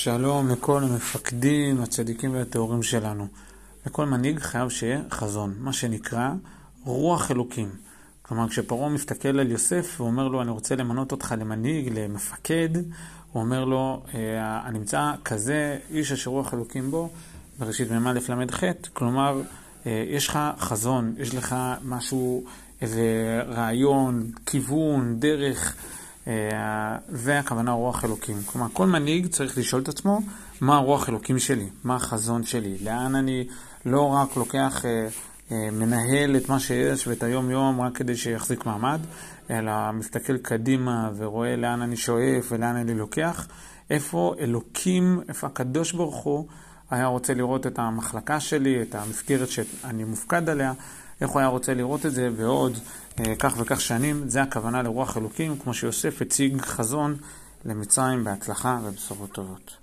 שלום לכל המפקדים, הצדיקים והטהורים שלנו. לכל מנהיג חייב שיהיה חזון, מה שנקרא רוח אלוקים. כלומר, כשפרעה מסתכל על יוסף ואומר לו, אני רוצה למנות אותך למנהיג, למפקד, הוא אומר לו, הנמצא כזה איש אשר רוח אלוקים בו, בראשית מ"א למ"ח, כלומר, יש לך חזון, יש לך משהו, איזה רעיון, כיוון, דרך, זה הכוונה רוח אלוקים. כלומר, כל מנהיג צריך לשאול את עצמו, מה הרוח אלוקים שלי? מה החזון שלי? לאן אני לא רק לוקח, מנהל את מה שיש ואת היום יום רק כדי שיחזיק מעמד, אלא מסתכל קדימה ורואה לאן אני שואף ולאן אני לוקח. איפה אלוקים, איפה הקדוש ברוך הוא היה רוצה לראות את המחלקה שלי, את המסגרת שאני מופקד עליה, איך הוא היה רוצה לראות את זה בעוד כך וכך שנים. זה הכוונה לרוח אלוקים, כמו שיוסף הציג חזון למצרים בהצלחה ובשורות טובות.